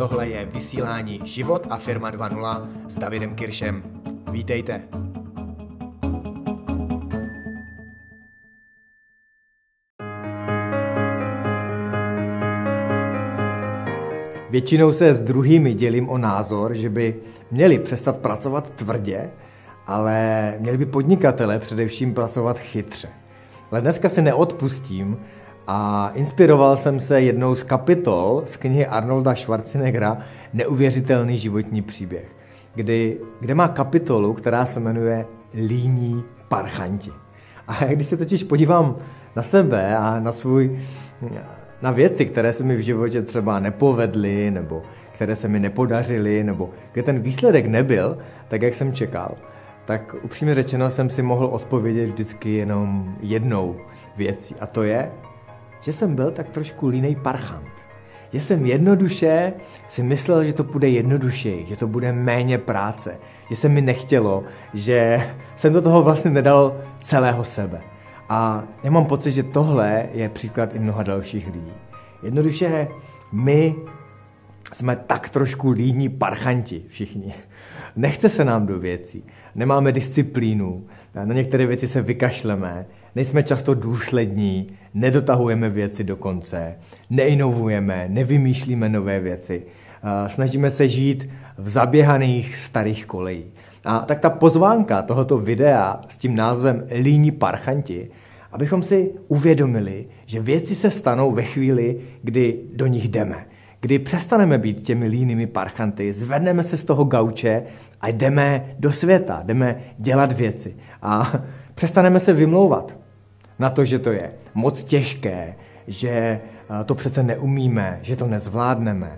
tohle je vysílání Život a firma 2.0 s Davidem Kiršem. Vítejte. Většinou se s druhými dělím o názor, že by měli přestat pracovat tvrdě, ale měli by podnikatelé především pracovat chytře. Ale dneska si neodpustím a inspiroval jsem se jednou z kapitol z knihy Arnolda Schwarzeneggera Neuvěřitelný životní příběh, kde má kapitolu, která se jmenuje Líní parchanti. A když se totiž podívám na sebe a na věci, které se mi v životě třeba nepovedly, nebo které se mi nepodařily, nebo kde ten výsledek nebyl tak, jak jsem čekal, tak upřímně řečeno jsem si mohl odpovědět vždycky jenom jednou věcí. A to je, že jsem byl tak trošku línej parchant. Že jsem jednoduše si myslel, že to bude jednodušeji, že to bude méně práce, že se mi nechtělo, že jsem do toho vlastně nedal celého sebe. A já mám pocit, že tohle je příklad i mnoha dalších lidí. Jednoduše my jsme tak trošku líní parchanti všichni. Nechce se nám do věcí, nemáme disciplínu, na některé věci se vykašleme, nejsme často důslední, nedotahujeme věci do konce, neinovujeme, nevymýšlíme nové věci, snažíme se žít v zaběhaných starých kolejích. A tak ta pozvánka tohoto videa s tím názvem Líní parchanti, abychom si uvědomili, že věci se stanou ve chvíli, kdy do nich jdeme. Kdy přestaneme být těmi línými parchanty, zvedneme se z toho gauče a jdeme do světa, jdeme dělat věci. A přestaneme se vymlouvat na to, že to je moc těžké, že to přece neumíme, že to nezvládneme,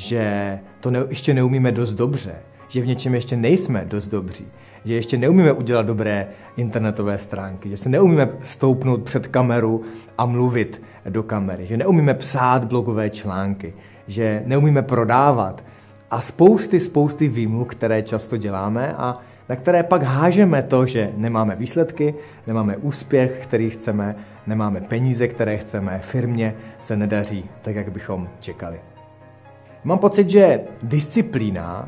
že to ještě neumíme dost dobře, že v něčem ještě nejsme dost dobří, že ještě neumíme udělat dobré internetové stránky, že se neumíme stoupnout před kameru a mluvit do kamery, že neumíme psát blogové články, že neumíme prodávat a spousty výmluv, které často děláme a na které pak hážeme to, že nemáme výsledky, nemáme úspěch, který chceme, nemáme peníze, které chceme, firmě se nedaří tak, jak bychom čekali. Mám pocit, že disciplína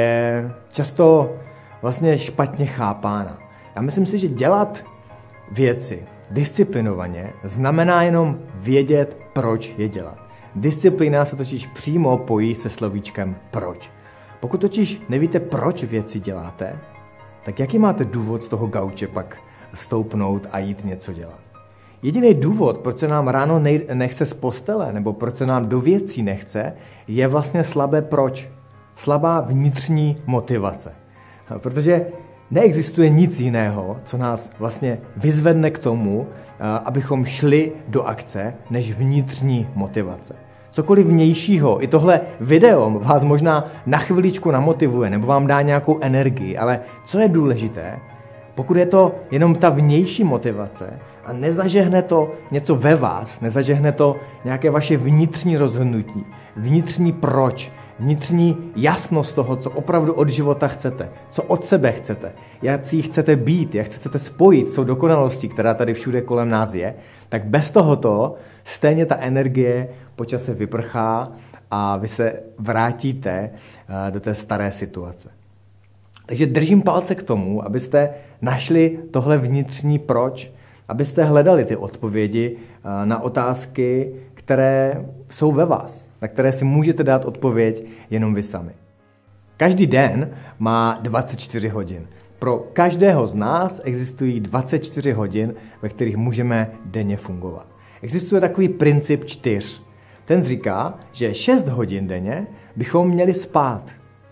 je často vlastně špatně chápána. Já myslím si, že dělat věci disciplinovaně znamená jenom vědět, proč je dělat. Disciplína se totiž přímo pojí se slovíčkem proč. Pokud totiž nevíte, proč věci děláte, tak jaký máte důvod z toho gauče pak stoupnout a jít něco dělat? Jediný důvod, proč se nám ráno nechce z postele, nebo proč se nám do věcí nechce, je vlastně slabé proč. Slabá vnitřní motivace. Protože neexistuje nic jiného, co nás vlastně vyzvedne k tomu, abychom šli do akce, než vnitřní motivace. Cokoliv vnějšího, i tohle video vás možná na chviličku namotivuje nebo vám dá nějakou energii, ale co je důležité, pokud je to jenom ta vnější motivace a nezažehne to něco ve vás, nezažehne to nějaké vaše vnitřní rozhodnutí, vnitřní proč, vnitřní jasnost toho, co opravdu od života chcete, co od sebe chcete, jak si chcete být, jak chcete spojit s tou dokonalostí, která tady všude kolem nás je, tak bez tohoto stejně ta energie po čase vyprchá a vy se vrátíte do té staré situace. Takže držím palce k tomu, abyste našli tohle vnitřní proč, abyste hledali ty odpovědi na otázky, které jsou ve vás, na které si můžete dát odpověď jenom vy sami. Každý den má 24 hodin. Pro každého z nás existují 24 hodin, ve kterých můžeme denně fungovat. Existuje takový princip 4. Ten říká, že 6 hodin denně bychom měli spát.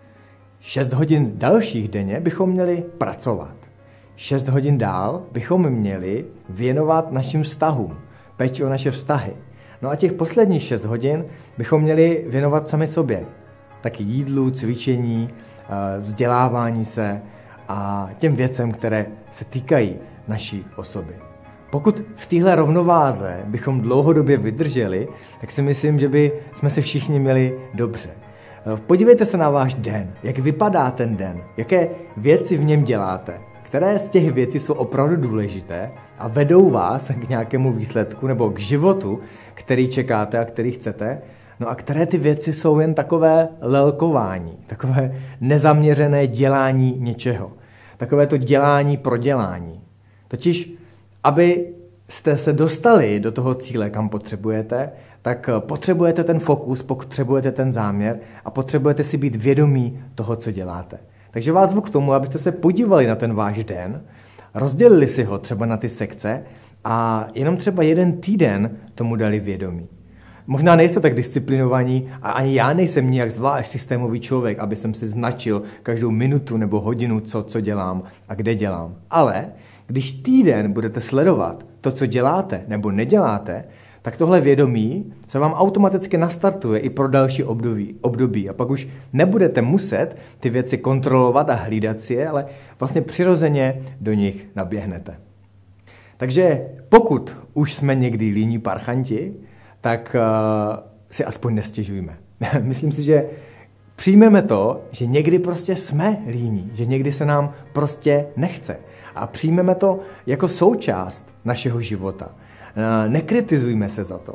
6 hodin dalších denně bychom měli pracovat. 6 hodin dál bychom měli věnovat našim vztahům, péči o naše vztahy. No a těch posledních 6 hodin bychom měli věnovat sami sobě. Taky jídlu, cvičení, vzdělávání se a těm věcem, které se týkají naší osoby. Pokud v téhle rovnováze bychom dlouhodobě vydrželi, tak si myslím, že by jsme se všichni měli dobře. Podívejte se na váš den, jak vypadá ten den, jaké věci v něm děláte, které z těch věcí jsou opravdu důležité a vedou vás k nějakému výsledku nebo k životu, který čekáte a který chcete, No a které ty věci jsou jen takové lelkování, takové nezaměřené dělání něčeho. Takové to dělání pro dělání. Totiž, abyste se dostali do toho cíle, kam potřebujete, tak potřebujete ten fokus, potřebujete ten záměr a potřebujete si být vědomí toho, co děláte. Takže vás zvu k tomu, abyste se podívali na ten váš den, rozdělili si ho třeba na ty sekce a jenom třeba jeden týden tomu dali vědomí. Možná nejste tak disciplinovaní a ani já nejsem nijak zvlášť systémový člověk, aby jsem si značil každou minutu nebo hodinu, co dělám a kde dělám. Ale když týden budete sledovat to, co děláte nebo neděláte, tak tohle vědomí se vám automaticky nastartuje i pro další období. A pak už nebudete muset ty věci kontrolovat a hlídat si je, ale vlastně přirozeně do nich naběhnete. Takže pokud už jsme někdy líní parchanti, tak si aspoň nestěžujme. Myslím si, že přijmeme to, že někdy prostě jsme líní, že někdy se nám prostě nechce. A přijmeme to jako součást našeho života. Nekritizujme se za to.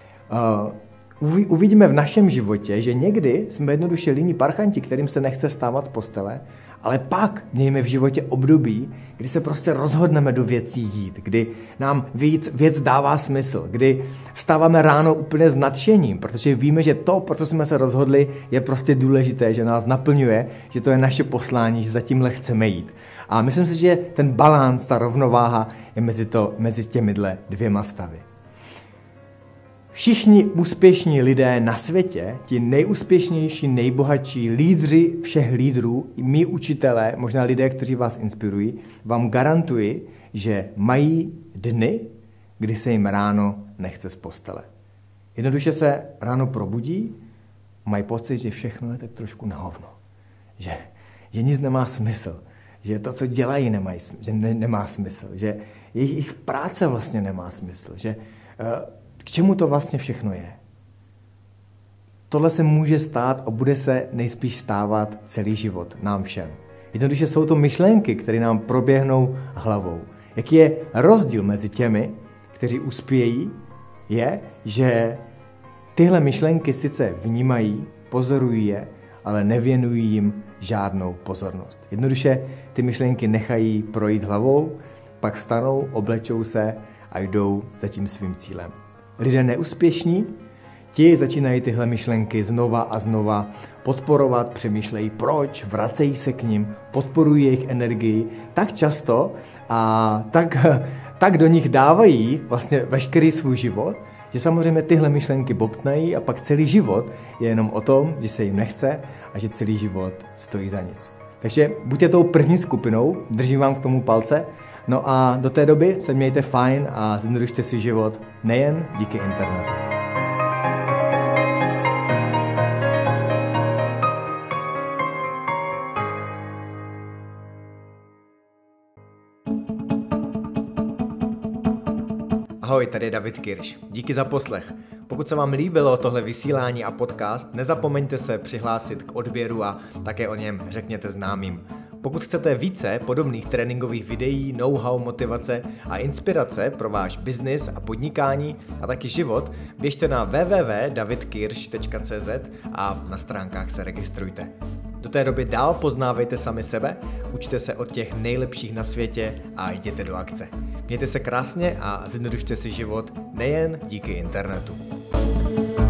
Uvidíme v našem životě, že někdy jsme jednoduše líní parchanti, kterým se nechce vstávat z postele, ale pak mějme v životě období, kdy se prostě rozhodneme do věcí jít, kdy nám věc dává smysl, kdy vstáváme ráno úplně s nadšením, protože víme, že to, pro co jsme se rozhodli, je prostě důležité, že nás naplňuje, že to je naše poslání, že za tímhle chceme jít. A myslím si, že ten balans, ta rovnováha je mezi těmihle dvěma stavy. Všichni úspěšní lidé na světě, ti nejúspěšnější, nejbohatší lídři všech lídrů, mí učitelé, možná lidé, kteří vás inspirují, vám garantuji, že mají dny, kdy se jim ráno nechce z postele. Jednoduše se ráno probudí, mají pocit, že všechno je tak trošku na hovno. Že nic nemá smysl. Že to, co dělají, nemá smysl. Že jejich práce vlastně nemá smysl. Že k čemu to vlastně všechno je? Tohle se může stát a bude se nejspíš stávat celý život nám všem. Jednoduše jsou to myšlenky, které nám proběhnou hlavou. Jaký je rozdíl mezi těmi, kteří uspějí, je, že tyhle myšlenky sice vnímají, pozorují je, ale nevěnují jim žádnou pozornost. Jednoduše ty myšlenky nechají projít hlavou, pak vstanou, oblečou se a jdou za tím svým cílem. Lidé neúspěšní, ti začínají tyhle myšlenky znova a znova podporovat, přemýšlejí proč, vracejí se k nim, podporují jejich energii tak často a tak do nich dávají vlastně veškerý svůj život, že samozřejmě tyhle myšlenky bobtnají a pak celý život je jenom o tom, že se jim nechce a že celý život stojí za nic. Takže buďte tou první skupinou, držím vám k tomu palce, no a do té doby se mějte fajn a zjednodušte si život nejen díky internetu. Ahoj, tady je David Kirš. Díky za poslech. Pokud se vám líbilo tohle vysílání a podcast, nezapomeňte se přihlásit k odběru a také o něm řekněte známým. Pokud chcete více podobných tréninkových videí, know-how, motivace a inspirace pro váš biznis a podnikání a taky život, běžte na www.davidkirš.cz a na stránkách se registrujte. Do té doby dál poznávejte sami sebe, učte se od těch nejlepších na světě a jděte do akce. Mějte se krásně a zjednodušte si život nejen díky internetu.